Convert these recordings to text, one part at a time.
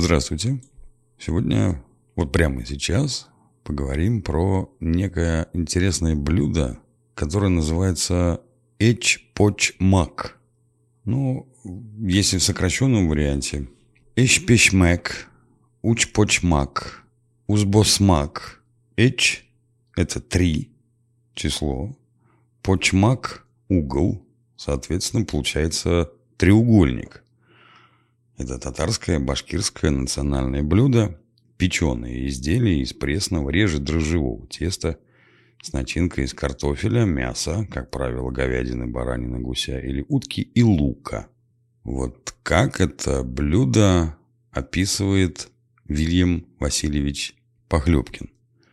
Здравствуйте. Сегодня, вот прямо сейчас, поговорим про некое интересное блюдо, которое называется эчпочмак. Ну, если в сокращенном варианте, эчпечмек, учпочмак, узбосмак. Эч– это 3 число, почмак– угол, соответственно, получается треугольник. Это татарское, башкирское национальное блюдо, печеные изделия из пресного, реже дрожжевого теста с начинкой из картофеля, мяса, как правило, говядины, баранины, гуся или утки и лука. Вот как это блюдо описывает Вильям Васильевич Похлебкин.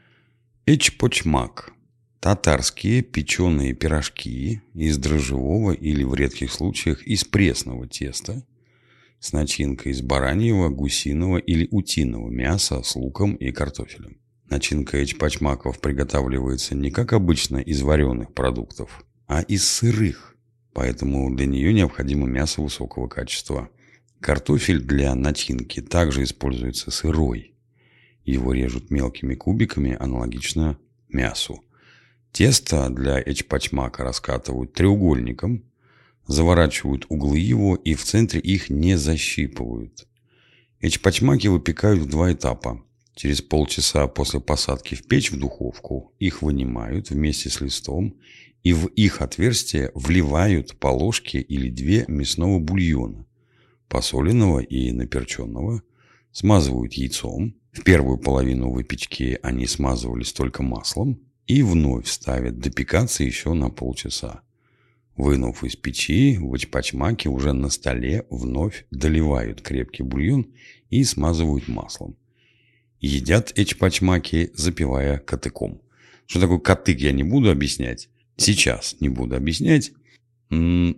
Эчпочмак – татарские печеные пирожки из дрожжевого или, в редких случаях, из пресного теста, с начинкой из бараньего, гусиного или утиного мяса с луком и картофелем. Начинка эчпочмаков приготавливается не как обычно из вареных продуктов, а из сырых, поэтому для нее необходимо мясо высокого качества. Картофель для начинки также используется сырой. Его режут мелкими кубиками, аналогично мясу. Тесто для эчпочмака раскатывают треугольником, заворачивают углы его и в центре их не защипывают. Эчпочмаки выпекают в 2 этапа. Через полчаса после посадки в печь в духовку их вынимают вместе с листом и в их отверстие вливают по ложке или 2 мясного бульона, посоленного и наперченного, смазывают яйцом. В первую половину выпечки они смазывались только маслом и вновь ставят допекаться еще на полчаса. Вынув из печи, в эчпочмаке уже на столе вновь доливают крепкий бульон и смазывают маслом. Едят эчпочмаки, запивая катыком. Что такое катык, я не буду объяснять. Сейчас не буду объяснять. Но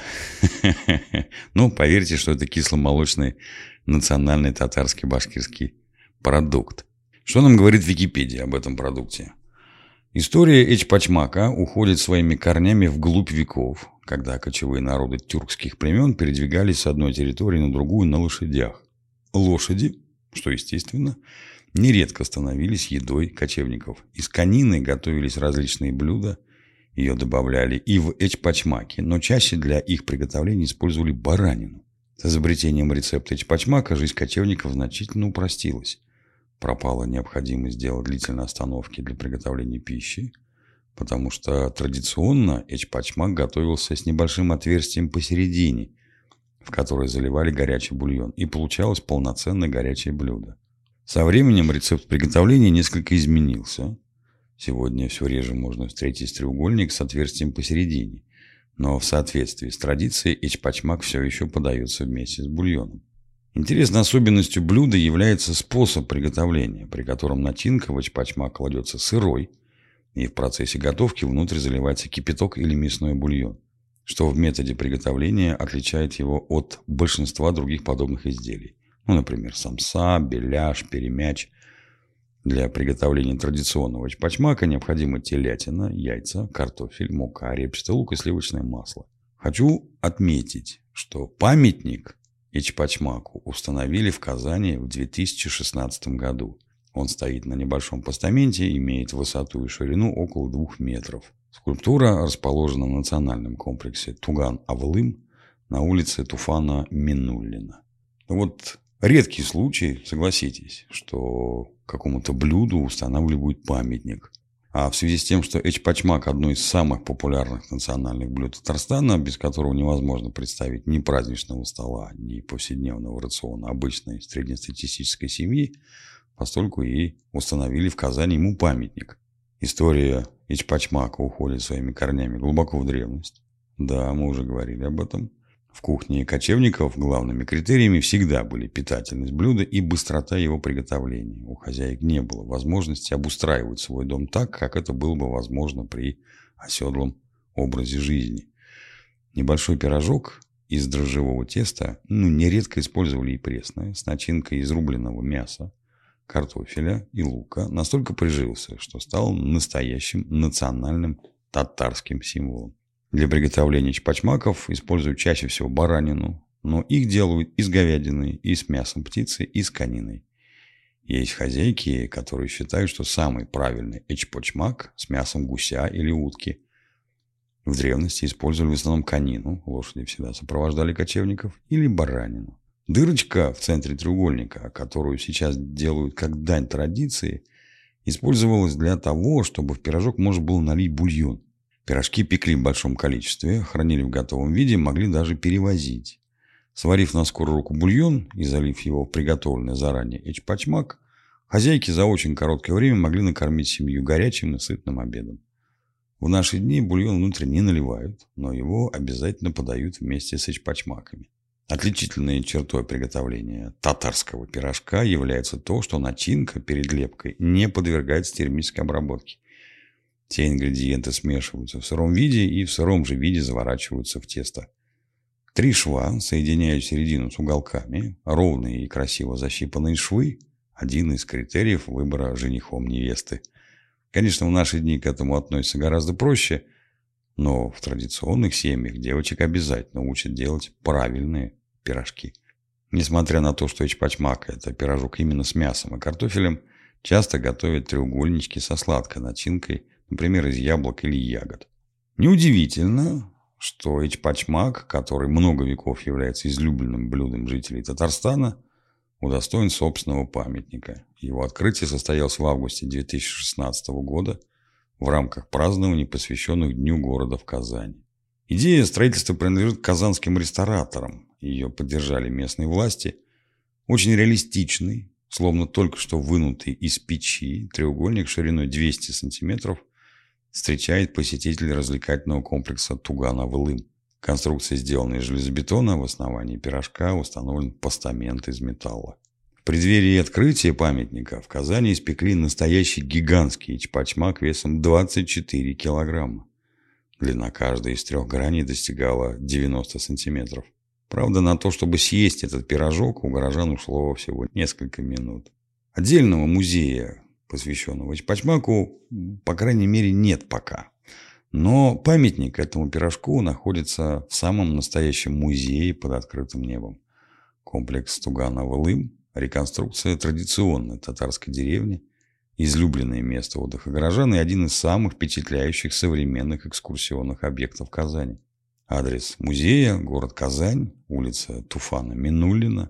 поверьте, что это кисломолочный национальный татарский башкирский продукт. Что нам говорит Википедия об этом продукте? История эчпочмака уходит своими корнями вглубь веков, когда кочевые народы тюркских племен передвигались с одной территории на другую на лошадях. Лошади, что естественно, нередко становились едой кочевников. Из конины готовились различные блюда, ее добавляли и в эчпочмаки, но чаще для их приготовления использовали баранину. С изобретением рецепта эчпочмака жизнь кочевников значительно упростилась. Пропала необходимость делать длительные остановки для приготовления пищи, потому что традиционно эчпочмак готовился с небольшим отверстием посередине, в которое заливали горячий бульон, и получалось полноценное горячее блюдо. Со временем рецепт приготовления несколько изменился. Сегодня все реже можно встретить треугольник с отверстием посередине, но в соответствии с традицией эчпочмак все еще подается вместе с бульоном. Интересной особенностью блюда является способ приготовления, при котором начинка в эчпочмак кладется сырой, и в процессе готовки внутрь заливается кипяток или мясной бульон, что в методе приготовления отличает его от большинства других подобных изделий. Например, самса, беляш, перемяч. Для приготовления традиционного эчпочмака необходима телятина, яйца, картофель, мука, репчатый лук и сливочное масло. Хочу отметить, что памятник эчпочмаку установили в Казани в 2016 году. Он стоит на небольшом постаменте, имеет высоту и ширину около 2 метров. Скульптура расположена в национальном комплексе Туган-Авлым на улице Туфана-Минуллина. Вот редкий случай, согласитесь, что какому-то блюду устанавливают памятник. А в связи с тем, что эчпочмак – одно из самых популярных национальных блюд Татарстана, без которого невозможно представить ни праздничного стола, ни повседневного рациона обычной среднестатистической семьи, постольку и установили в Казани ему памятник. История эчпочмака уходит своими корнями глубоко в древность. Да, мы уже говорили об этом. В кухне кочевников главными критериями всегда были питательность блюда и быстрота его приготовления. У хозяек не было возможности обустраивать свой дом так, как это было бы возможно при оседлом образе жизни. Небольшой пирожок из дрожжевого теста нередко использовали и пресное, с начинкой из рубленого мяса, картофеля и лука, настолько прижился, что стал настоящим национальным татарским символом. Для приготовления эчпочмаков используют чаще всего баранину, но их делают из говядины, и с мясом птицы, и с кониной. Есть хозяйки, которые считают, что самый правильный эчпочмак с мясом гуся или утки. В древности использовали в основном конину, лошади всегда сопровождали кочевников, или баранину. Дырочка в центре треугольника, которую сейчас делают как дань традиции, использовалась для того, чтобы в пирожок можно было налить бульон. Пирожки пекли в большом количестве, хранили в готовом виде, могли даже перевозить. Сварив на скорую руку бульон и залив его в приготовленный заранее эчпочмак, хозяйки за очень короткое время могли накормить семью горячим и сытным обедом. В наши дни бульон внутрь не наливают, но его обязательно подают вместе с эчпочмаками. Отличительной чертой приготовления татарского пирожка является то, что начинка перед лепкой не подвергается термической обработке. Все ингредиенты смешиваются в сыром виде и в сыром же виде заворачиваются в тесто. 3 шва соединяют середину с уголками, ровные и красиво защипанные швы – один из критериев выбора женихом невесты. Конечно, в наши дни к этому относятся гораздо проще, но в традиционных семьях девочек обязательно учат делать правильные пирожки. Несмотря на то, что эчпочмак – это пирожок именно с мясом и картофелем, часто готовят треугольнички со сладкой начинкой, например, из яблок или ягод. Неудивительно, что эчпочмак, который много веков является излюбленным блюдом жителей Татарстана, удостоен собственного памятника. Его открытие состоялось в августе 2016 года в рамках празднований, посвященных Дню города в Казани. Идея строительства принадлежит казанским рестораторам. Ее поддержали местные власти. Очень реалистичный, словно только что вынутый из печи, треугольник шириной 200 сантиметров встречает посетителей развлекательного комплекса «Туган-Авылым». Конструкция сделана из железобетона, в основании пирожка установлен постамент из металла. В преддверии открытия памятника в Казани испекли настоящий гигантский эчпочмак весом 24 килограмма. Длина каждой из 3 граней достигала 90 сантиметров. Правда, на то, чтобы съесть этот пирожок, у горожан ушло всего несколько минут. Отдельного музея, посвященного эчпочмаку, по крайней мере, нет пока. Но памятник этому пирожку находится в самом настоящем музее под открытым небом. Комплекс Туган-Авылым – реконструкция традиционной татарской деревни, излюбленное место отдыха горожан и один из самых впечатляющих современных экскурсионных объектов Казани. Адрес музея – город Казань, улица Туфана Минуллина,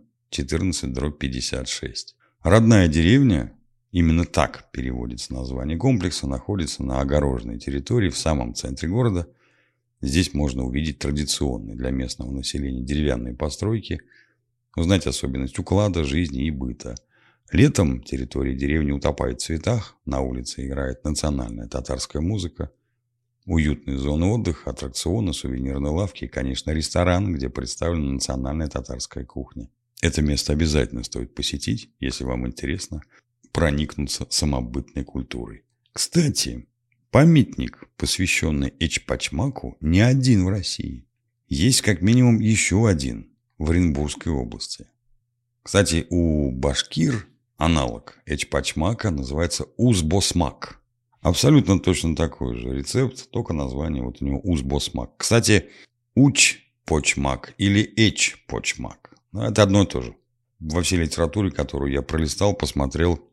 14/56. Родная деревня, именно так переводится название комплекса, находится на огороженной территории в самом центре города. Здесь можно увидеть традиционные для местного населения деревянные постройки, узнать особенность уклада, жизни и быта. Летом территория деревни утопает в цветах, на улице играет национальная татарская музыка, уютные зоны отдыха, аттракционы, сувенирные лавки и, конечно, ресторан, где представлена национальная татарская кухня. Это место обязательно стоит посетить, если вам интересно проникнуться самобытной культурой. Кстати, памятник, посвященный эчпочмаку, не один в России. Есть как минимум еще один в Оренбургской области. Кстати, у башкир аналог эчпочмака называется узбосмак. Абсолютно точно такой же рецепт, только название вот у него узбосмак. Кстати, учпочмак или эчпочмак – это одно и то же. Во всей литературе, которую я пролистал, посмотрел,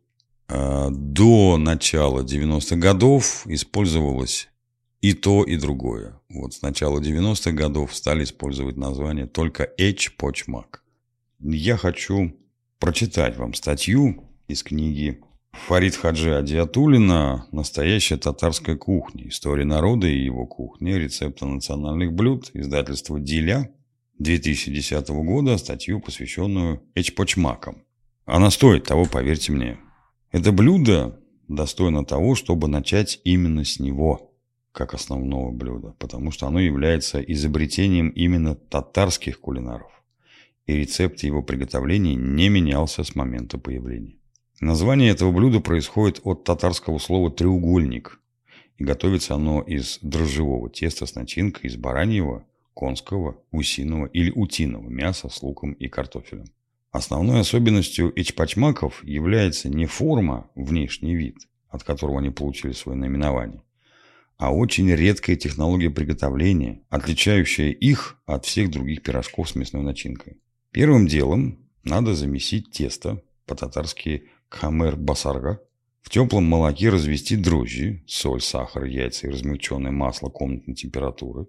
до начала 90-х годов использовалось и то, и другое. Вот с начала 90-х годов стали использовать название только эчпочмак. Я хочу прочитать вам статью из книги Фарид Хаджи Адиатуллина «Настоящая татарская кухня. История народа и его кухни. Рецепты национальных блюд». Издательство «Диля» 2010 года, статью, посвященную эчпочмакам. Она стоит того, поверьте мне. Это блюдо достойно того, чтобы начать именно с него, как основного блюда, потому что оно является изобретением именно татарских кулинаров, и рецепт его приготовления не менялся с момента появления. Название этого блюда происходит от татарского слова «треугольник», и готовится оно из дрожжевого теста с начинкой из бараньего, конского, гусиного или утиного мяса с луком и картофелем. Основной особенностью эчпочмаков является не форма, внешний вид, от которого они получили свое наименование, а очень редкая технология приготовления, отличающая их от всех других пирожков с мясной начинкой. Первым делом надо замесить тесто, по-татарски кхамер басарга, в теплом молоке развести дрожжи, соль, сахар, яйца и размягченное масло комнатной температуры.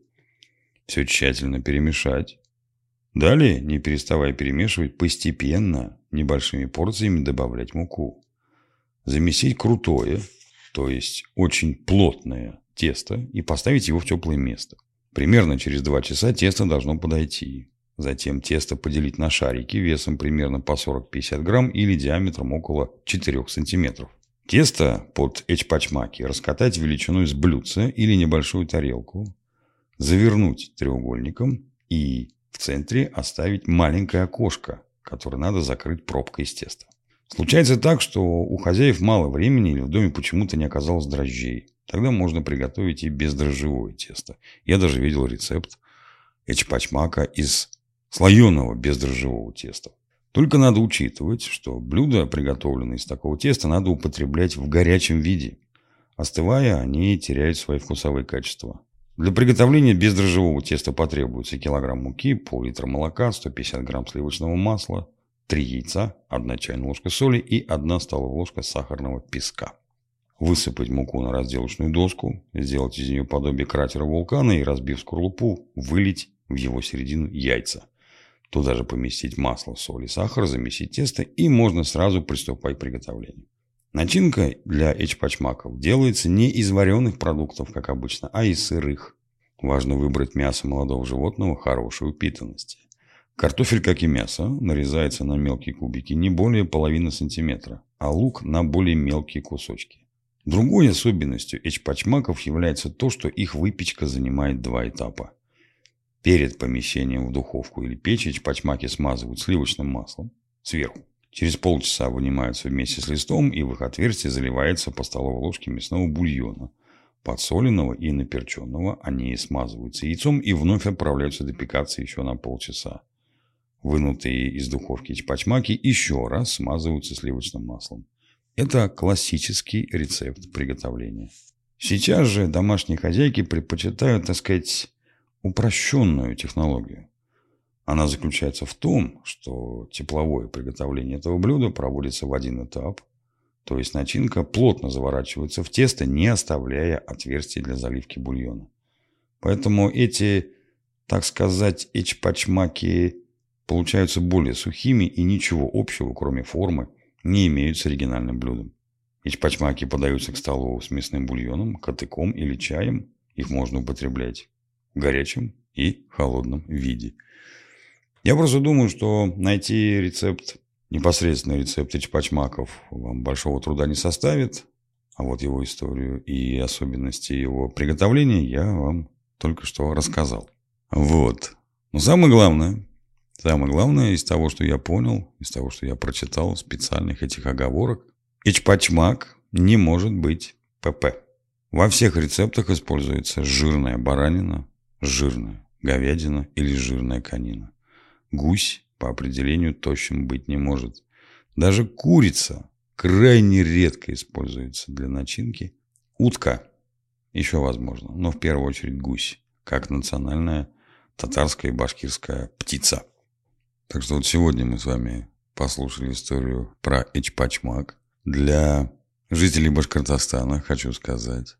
Все тщательно перемешать. Далее, не переставая перемешивать, постепенно, небольшими порциями добавлять муку. Замесить крутое, то есть очень плотное тесто и поставить его в теплое место. Примерно через 2 часа тесто должно подойти. Затем тесто поделить на шарики весом примерно по 40-50 грамм или диаметром около 4 сантиметров. Тесто под эчпачмаки раскатать величиной с блюдца или небольшую тарелку, завернуть треугольником и в центре оставить маленькое окошко, которое надо закрыть пробкой из теста. Случается так, что у хозяев мало времени или в доме почему-то не оказалось дрожжей. Тогда можно приготовить и бездрожжевое тесто. Я даже видел рецепт эчпачмака из слоеного бездрожжевого теста. Только надо учитывать, что блюда, приготовленные из такого теста, надо употреблять в горячем виде. Остывая, они теряют свои вкусовые качества. Для приготовления бездрожжевого теста потребуется килограмм муки, пол-литра молока, 150 грамм сливочного масла, 3 яйца, 1 чайная ложка соли и 1 столовая ложка сахарного песка. Высыпать муку на разделочную доску, сделать из нее подобие кратера вулкана и, разбив скорлупу, вылить в его середину яйца. Туда же поместить масло, соль и сахар, замесить тесто и можно сразу приступать к приготовлению. Начинка для эчпачмаков делается не из вареных продуктов, как обычно, а из сырых. Важно выбрать мясо молодого животного хорошей упитанности. Картофель, как и мясо, нарезается на мелкие кубики не более половины сантиметра, а лук на более мелкие кусочки. Другой особенностью эчпачмаков является то, что их выпечка занимает 2 этапа. Перед помещением в духовку или печь эчпачмаки смазывают сливочным маслом сверху. Через полчаса вынимаются вместе с листом и в их отверстие заливается по столовой ложке мясного бульона. Подсоленного и наперченного они смазываются яйцом и вновь отправляются допекаться еще на полчаса. Вынутые из духовки эчпачмаки еще раз смазываются сливочным маслом. Это классический рецепт приготовления. Сейчас же домашние хозяйки предпочитают, так сказать, упрощенную технологию. Она заключается в том, что тепловое приготовление этого блюда проводится в один этап, то есть начинка плотно заворачивается в тесто, не оставляя отверстий для заливки бульона. Поэтому эти, так сказать, эчпачмаки получаются более сухими и ничего общего, кроме формы, не имеют с оригинальным блюдом. Эчпачмаки подаются к столу с мясным бульоном, катыком или чаем. Их можно употреблять в горячем и холодном виде. Я просто думаю, что найти рецепт, непосредственный рецепт эчпачмаков вам большого труда не составит, а вот его историю и особенности его приготовления я вам только что рассказал. Вот. Но самое главное из того, что я понял, из того, что я прочитал, специальных этих оговорок, эчпачмак не может быть ПП. Во всех рецептах используется жирная баранина, жирная говядина или жирная конина. Гусь по определению тощим быть не может. Даже курица крайне редко используется для начинки. Утка еще возможно, но в первую очередь гусь, как национальная татарская и башкирская птица. Так что вот сегодня мы с вами послушали историю про эчпачмак. Для жителей Башкортостана хочу сказать,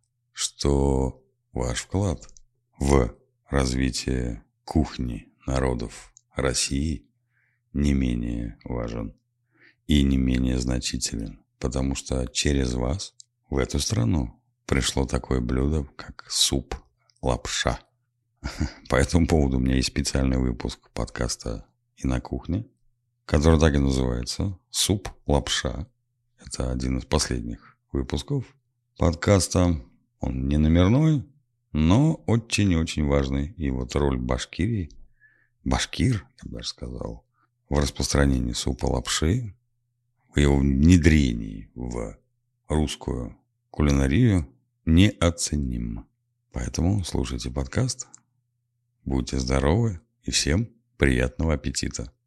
что ваш вклад в развитие кухни народов России не менее важен и не менее значителен, потому что через вас в эту страну пришло такое блюдо, как суп-лапша. По этому поводу у меня есть специальный выпуск подкаста «И на кухне», который так и называется «Суп-лапша». Это один из последних выпусков подкаста. Он не номерной, но очень и очень важный. И вот роль Башкирии, башкир, я бы даже сказал, в распространении супа-лапши, в его внедрении в русскую кулинарию неоценим. Поэтому слушайте подкаст, будьте здоровы и всем приятного аппетита.